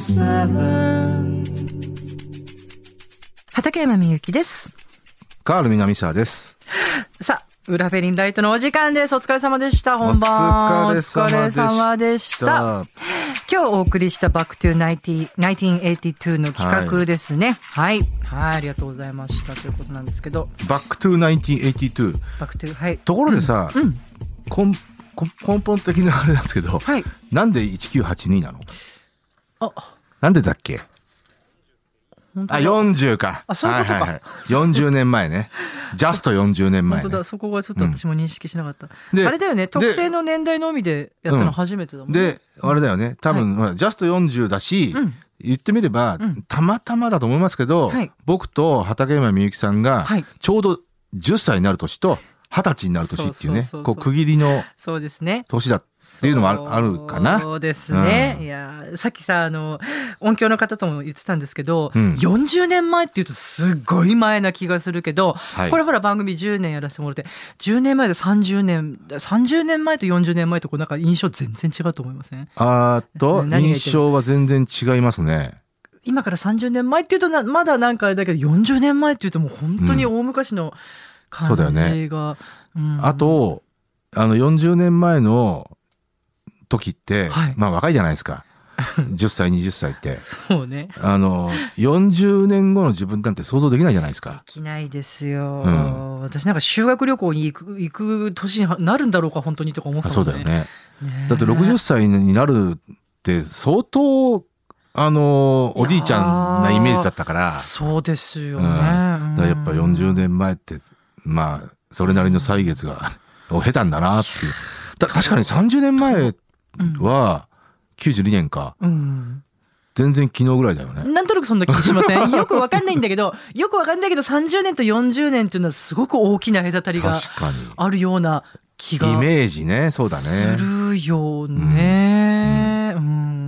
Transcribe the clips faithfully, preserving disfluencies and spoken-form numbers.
畠山みゆきです。 カール南沢です。 さあ、裏フェリンライトのお時間です。お疲れ様でした。本番。 お疲れ様でした。 今日お送りしたバックトゥナインティーエイティツーの企画ですね。はい。はい、はい、ありがとうございましたということなんですけど。 バックトゥナインティーエイティツー。 バックトゥ、はい。 ところでさ、うんうん、根, 根本的なあれなんですけど、 はい、 なんでせんきゅうひゃくはちじゅうになの？ あ、 なんでだっけ？あ、よんじゅうか。 あ、そういうことか。はいはいはい、 よんじゅうねんまえね。ジャストよんじゅうねんまえ、ね。 本当だ、そこがちょっと私も認識しなかった。うん、あれだよね、特定の年代のみでやったの初めてだもんね。 で、あれだよね、多分、はい、ジャストよんじゅうだし、うん、言ってみれば、うん、たまたまだと思いますけど、はい、僕と畠山みゆきさんが、ちょうどじゅっさいになる年と、はたちになる年っていうね、こう区切りの年だっていうのもある、あるかな。 そうですね。うん、いや、さっきさ、あの、音響の方とも言ってたんですけど、うん、よんじゅうねんまえっていうとすっごい前な気がするけど、はい、これほら番組じゅうねんやらせてもらって、じゅうねんまえとさんじゅうねん、さんじゅうねんまえとよんじゅうねんまえとこうなんか印象全然違うと思いません？ あーと、印象は全然違いますね。 今からさんじゅうねんまえっていうとなまだなんかあれだけど、よんじゅうねんまえっていうともう本当に大昔の感じが。うん、そうだよね。うん、 あと、あのよんじゅうねんまえの時って、はい、まあ若いじゃないですか。じゅっさい、はたちって。 そうね。 あの、よんじゅうねんごの自分なんて想像できないじゃないですか。 できないですよ。うん、私なんか修学旅行に行く、行く年になるんだろうか、本当にとか思ってたもんね。 そうだよね。ね、だってろくじゅっさいになるって相当、あの、おじいちゃんなイメージだったから。 そうですよね。うん、 だからやっぱよんじゅうねんまえって、まあ、それなりの歳月が、を経たんだなっていう。だ確かにさんじゅうねんまえはきゅうじゅうにねんか、うん、全然昨日ぐらいだよね。 なんとなくそんな気しません？よくわかんないんだけど、よくわかんないけどさんじゅうねんとよんじゅうねんっていうのはすごく大きな隔たりがあるような気が。 イメージね、そうだね。 するよね。うん。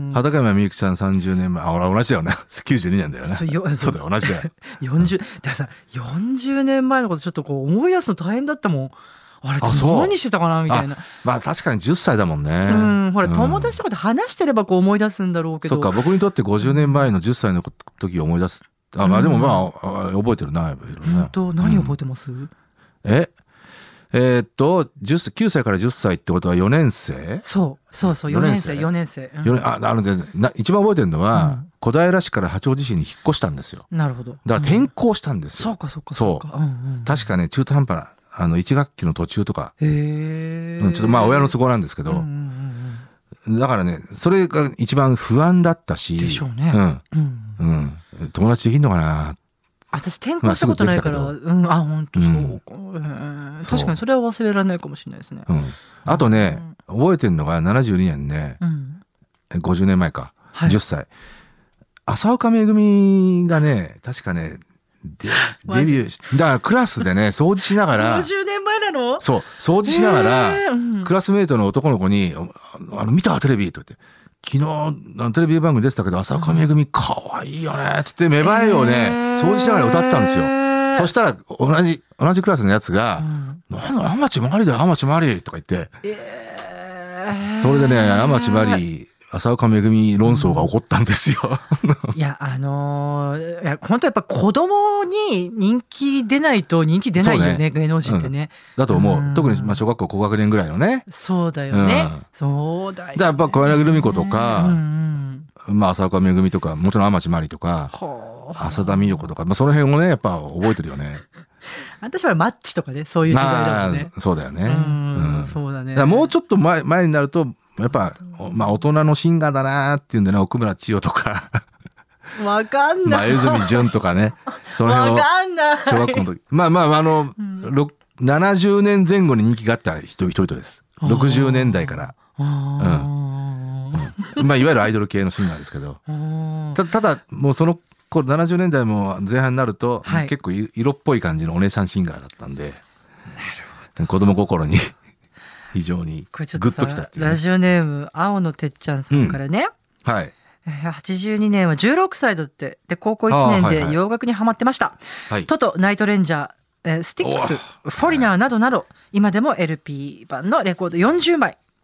畠山みゆきさんさんじゅうねんまえ、あ、俺同じだよね。きゅうじゅうにねんだよね。そうよ、そうだよ、同じだよ。 よんじゅう、だからさ、よんじゅうねんまえのことちょっとこう思い出すの大変だったもん。あれ何してたかなみたいな。 まあ確かにじゅっさいだもんね。 うん、ほら、うん、友達とかで話してればこう思い出すんだろうけど。 そっか、僕にとってごじゅうねんまえのじゅっさいの時を思い出す。あ、まあでもまあ、うん、覚えてるな。 本当、何覚えてます？うん、 ええー、っとじゅっさい、きゅうさいからじゅっさいってことはよねん生？ そうそうそう、よねん生よねん生、 うん、あ、なのでな一番覚えてるのは、うん、小平市から八王子市に引っ越したんですよ。 なるほど。 だから転校したんですよ。 うん、そうかそうかそうか。そう、うんうん、確かね、中途半端なあのいち学期の途中とか、 へー、ちょっとまあ親の都合なんですけど、うんうんうん、だからね、それが一番不安だったし、 でしょうね。 うんうんうん、友達できんのかな。 私転校したことないから、まあ、うん、あ、本当そう、うん、確かにそれは忘れられないかもしれないですね。 うん、あとね、うん、覚えてるのがななじゅうにねんね、うん、ごじゅうねんまえか、はい、じゅっさい、浅岡めぐみがね、確かね、デ, デビューし、だからクラスでね、掃除しながら、 ごじゅうねんまえなの？ そう、掃除しながら、うん、クラスメイトの男の子に、あの、見たテレビと言って、昨日、テレビ番組出てたけど、浅岡めぐみかわいいよね、つって芽生えをね、掃除しながら歌ってたんですよ。そしたら、同じ、同じクラスのやつが、うん、なんだ、天地真理だよ、天地真理とか言って、えー、それでね、天地真理、浅岡めぐみ論争が起こったんですよ。 いや、あのー、いや、本当やっぱ子供に人気出ないと人気出ないよね、ね、芸能人ってね。 うん、だと思う。うん、特にまあ小学校高学年ぐらいのね。 そうだよね。うん、そうだよね。 だやっぱ小柳ルミ子とか、うんうん、まあ浅岡めぐみとか、もちろん天地真理とか、浅田美代子とか、まあその辺をね、やっぱ覚えてるよね。 私はマッチとかね、そういう時代だもんね。 そうだよね。うんうん、そうだね。 だもうちょっと前、前になると、やっぱ、まあ大人のシンガーだなーっていうんでね、奥村千代とか。 わかんない。 前泉純とかね。その辺を。 わかんない。 小学校の時。まあまあ、あの、うん、ななじゅうねんぜん後に人気があった人々です。ろくじゅうねんだいから。うん。うん、まあ、いわゆるアイドル系のシンガーですけど。た, ただ、もうその頃、ななじゅうねんだいも前半になると、はい、結構色っぽい感じのお姉さんシンガーだったんで。なるほど。子供心に。非常にグッときたっていう、ね、 ラジオネーム青野てっちゃんさんからね、 うん、はい、 はちじゅうにねんはじゅうろくさいだって。で高校いちねんで洋楽にハマってました、はいはい、トト、ナイトレンジャー、えー、スティックス、フォリナーなどなど今でも エルピー 版のレコードよんじゅうまい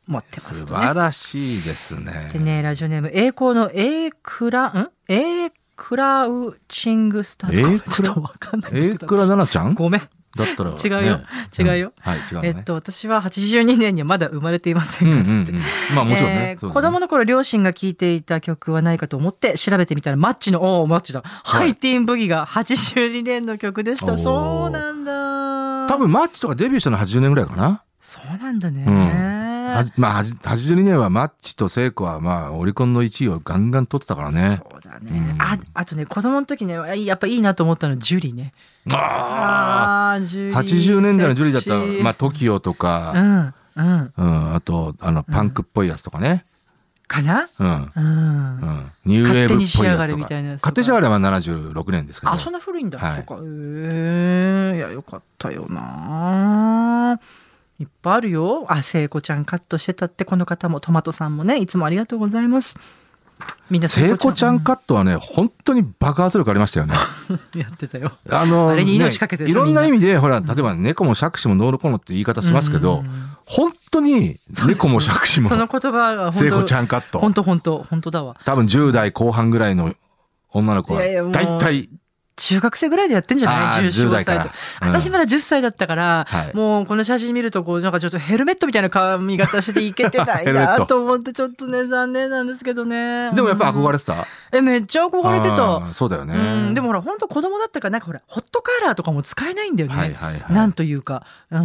持ってますとね。素晴らしいですね。 でね、ラジオネーム栄光の A クラん A クラウチングスタート。ちょっとわかんない。 A クラ奈々ちゃん？ ごめん。 だったら、ね、 違うよ、違うよ、 うん、はい、違う、ね、 えっと私ははちじゅうにねんにはまだ生まれていませんからって、うんうんうん、 まあもちろんね、 えーね、子供の頃両親が聴いていた曲はないかと思って調べてみたらマッチのおーマッチだ、はい、ハイティーンブギがはちじゅうにねんの曲でした。そうなんだ。 多分マッチとかデビューしたのはちじゅうねんぐらいかな。 そうなんだね、 うんはまあ、はちじゅうにねんはマッチと聖子はまあオリコンのいちいをガンガン取ってたからね。 そうだね、うん、あ, あとね子供の時ねやっぱいいなと思ったのはジュリね。 ああジュリはちじゅうねんだいのジュリだったら、まあ、トキオとか、うんうんうん、あとあのパンクっぽいやつとかね、 うん、かな、 うんうんうん、ニューウェーブっぽいやつとか。勝手に仕上がれみたいなやつとか。勝手に仕上がれはななじゅうろくねんですけど。 あそんな古いんだ、 はい、 とかえー、いやよかったよな。いっぱいあるよ。あ、聖子ちゃんカットしてたって。この方もトマトさんもねいつもありがとうございます。みんな聖子ちゃんカットはね、うん、本当に爆発力ありましたよね。 やってたよ。 あのあれに命かけて、 ね、いろんな意味でほら例えば猫も杓子もノールコノって言い方しますけど、うん、本当に猫も杓子もその言葉が聖子ちゃんカット本当本当本当だわ。 多分じゅう代後半ぐらいの女の子は大体中学生ぐらいでやってんじゃない？ じゅうよん、ごさいと、うん、私まだじゅっさいだったから、はい、もうこの写真見るとこうなんかちょっとヘルメットみたいな髪型していけてないなと思ってちょっとね残念なんですけどね。 でもやっぱ憧れてた？ えめっちゃ憧れてた。 そうだよね、 うん、でもほら本当子供だったからなんかほらホットカーラーとかも使えないんだよね、はいはいはい、なんというか、うん、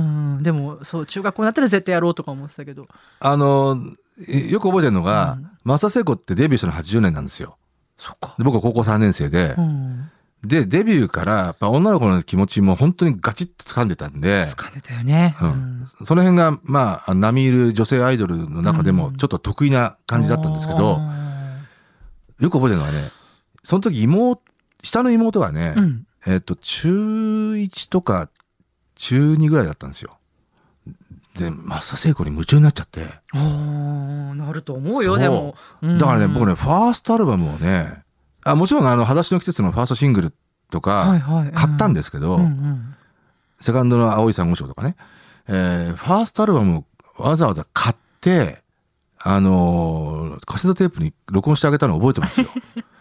でもそう中学校になったら絶対やろうとか思ってたけど、 あのよく覚えてるのが、うん、松田聖子ってデビューしたのはちじゅうねんなんですよ。 そっか。 で僕は高校さんねん生で、うんで、デビューからやっぱ女の子の気持ちも本当にガチッと掴んでたんで。 掴んでたよね。 うん。その辺が、まあ、並みいる女性アイドルの中でもちょっと得意な感じだったんですけど、うん、よく覚えてるのはね、その時妹、下の妹がね、うん、えっと、中いちとか中にぐらいだったんですよ。で、松田聖子に夢中になっちゃって。 ああ、なると思うよ、でも。 うん、だからね、僕ね、ファーストアルバムをね、あもちろんあの裸足の季節のファーストシングルとか買ったんですけど、はいはいうんうんうん、セカンドの青い珊瑚礁とかね、えー、ファーストアルバムをわざわざ買ってあのー、カセットテープに録音してあげたのを覚えてますよ。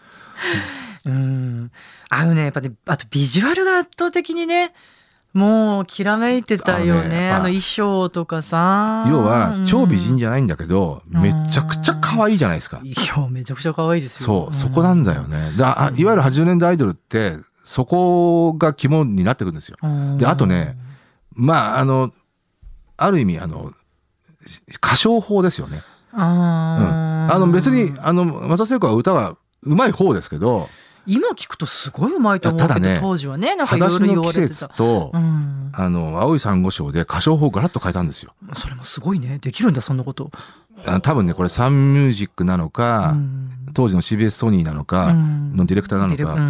うんあのねやっぱねあとビジュアルが圧倒的にねもうきらめいてたよね。あのね、あの衣装とかさ。 要は超美人じゃないんだけど、うん、めちゃくちゃ可愛いじゃないですか。 いやめちゃくちゃ可愛いですよ。 そう、うん、そこなんだよね。だいわゆるはちじゅうねんだいアイドルってそこが肝になってくるんですよ。うん、であとねまああのある意味あの歌唱法ですよね。あ、うん、あの別にあの松田聖子は歌は上手い方ですけど。 今聞くとすごい上手いと思うけど、ただね、当時はね、なんかいろいろ言われてた。 裸足の季節と、うん、あの、青い珊瑚礁で歌唱法をガラッと変えたんですよ。 それもすごいね。できるんだ、そんなこと。 あ多分ね、これサンミュージックなのか、うん、当時の シービーエス ソニーなのか、のディレクターなのか、うん、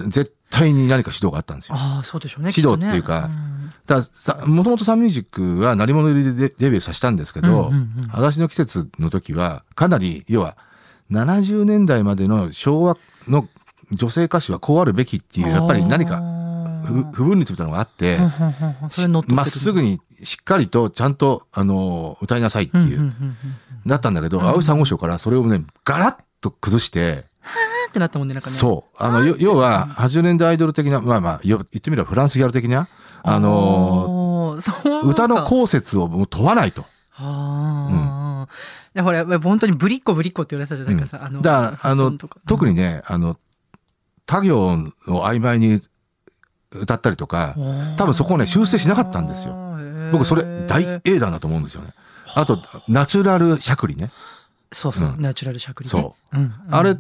絶対に何か指導があったんですよ。 ああ、そうでしょうね。 指導っていうか、ねうん、ださもともとサンミュージックは鳴り物入りでデビューさせたんですけど、うんうんうん、裸足の季節の時は、かなり、要は、ななじゅうねんだいまでの昭和の女性歌手はこうあるべきっていうやっぱり何か不分率みたいなのがあってまっすぐにしっかりとちゃんとあの歌いなさいっていうだったんだけど青い珊瑚礁からそれをねガラッと崩してはーってなったもんねなんかねそうあの要ははちじゅうねんだいアイドル的なまあまあ言ってみればフランスギャル的なあの歌の後節をもう問わないと。 あうん、ほら本当にブリッコブリッコって言われてたじゃないかさ、うん、あのだからあの特にねあの他行を曖昧に歌ったりとか多分そこをね修正しなかったんですよ。僕それ大英断だと思うんですよね。あとナチュラルしゃくりね。 そうそう、うん、ナチュラルしゃくり、ね、 そう、うん、あれって、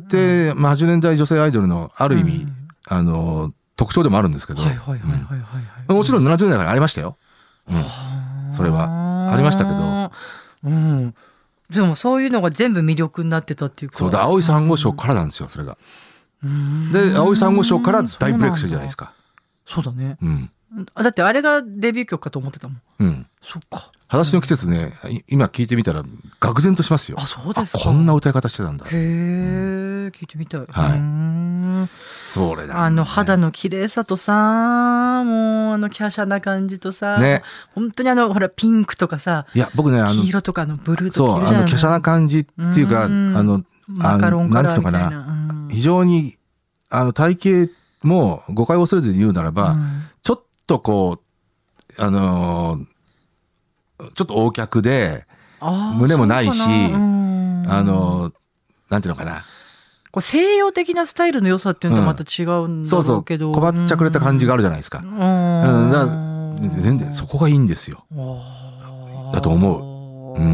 まあ、はちじゅうねんだい女性アイドルのある意味、うん、あの特徴でもあるんですけどもちろんななじゅうねんだいからありましたよ、うん、それはありましたけど、 うん、でもそういうのが全部魅力になってたっていうかそうだ青い珊瑚礁からなんですよそれが。で青い珊瑚礁から大ブレイクしたじゃないですか。 そうだね、うん、だってあれがデビュー曲かと思ってたもん。うん、そっか。 裸足の季節ね今聞いてみたら愕然としますよ。 あそうですか。 こんな歌い方してたんだ。 へえ、うん、聞いてみたい。 はい。それだ、ね、 あの肌の綺麗さとさな、もうあの華奢な感じとさ、ね、本当にあのほらピンクとかさ、 いや僕ねあの黄色とかのブルーとか着るじゃない。そうあの華奢な感じっていうか、うん、あのマカロンカラーみたいな、 なんていうのかな、うん、非常にあの体型も誤解を恐れずに言うならば、うん、ちょっとこうあのー、ちょっと横脚で胸もないし、うん、あのー、なんていうのかな。 こう西洋的なスタイルの良さっていうのとまた違うんだろうけど、 うん、そうそう、こばっちゃくれた感じがあるじゃないですか。うん、うん、だ全然そこがいいんですよ。だと思う。うん、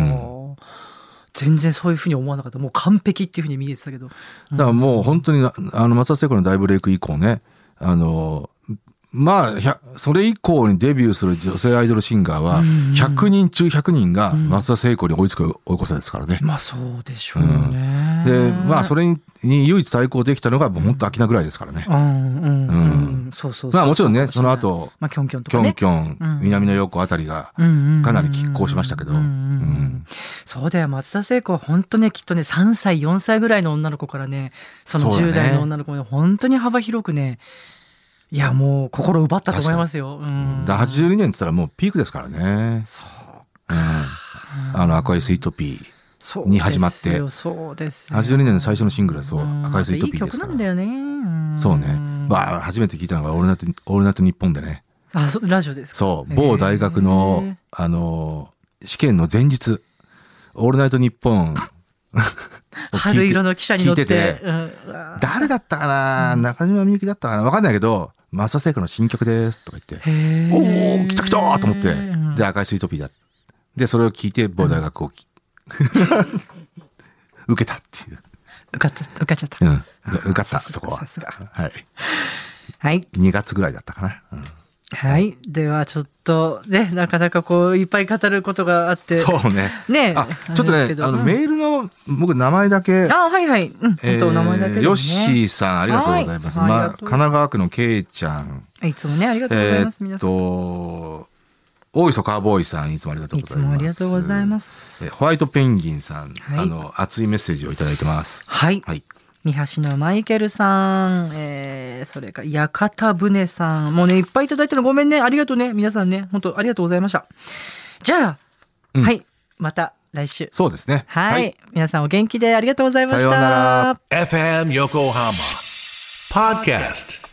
全然そういうふうに思わなかった。もう完璧っていうふうに見えてたけど。 だからもう本当にあの松田聖子の大ブレイク以降ね、あのまあそれ以降にデビューする女性アイドルシンガーはひゃくにん中ひゃくにんが松田聖子に追いつく追い越せですからね。 まあそうでしょうね。 うん、でまあそれに唯一対抗できたのがもう本当秋菜ぐらいですからね。うんうんうん。そうそうそう。まあもちろんねその後まあキョンキョンとかね。 キョンキョン、南野陽子あたりがかなり拮抗しましたけど。 そうだよ、松田聖子は本当ねきっとねさんさいよんさいぐらいの女の子からね、そのじゅう代の女の子に本当に幅広くね。いやもう心奪ったと思いますよ。うん、 だはちじゅうにねんって言ったらもうピークですからね。そう、うん、あの赤いスイートピーに始まって、 そうですよ。 はちじゅうにねんの最初のシングルはそう赤いスイートピーですから。いい曲なんだよね。うん、そうね。まあ初めて聞いたのがオールナイトオールナイトニッポンでね。 あ、そラジオですか。 そう某大学のあの試験の前日オールナイトニッポン春色の汽車に乗って、 聞いてて、うん、誰だったかな、うん、中島みゆきだったかな、分かんないけど松田聖子の新曲ですとか言って、おお来た来たと思って、で赤いスイートピーだでそれを聞いて某大学を、うん、受けたっていう、 受かっちゃ受かっちゃった、 うん、受かったそこは、はい、 はい、 にがつぐらいだったかな、うん、 はい、ではちょっとねなかなかこういっぱい語ることがあって、 そうね、 ねあちょっとねあの、うん、メールの僕名前だけ、 あはいはい、うん、えー、名前だけで、ね、 ヨッシーさんありがとうございます。はい、まあ神奈川区のケイちゃん、 いつもねありがとうございます。 えー、 皆さん。 と大磯カーボーイさんいつもありがとうございます。 いつもありがとうございます。 ホワイトペンギンさん、はい、あの熱いメッセージをいただいてます。 はい。はい。三橋のマイケルさん、えー、それから屋形船さん、もうねいっぱいいただいてるのごめんね、ありがとうね皆さんね、本当ありがとうございました。じゃあ、うん、はいまた来週。 そうですね。 はい、はい、皆さんお元気でありがとうございました。 さようなら。 エフエム 横浜 Podcast。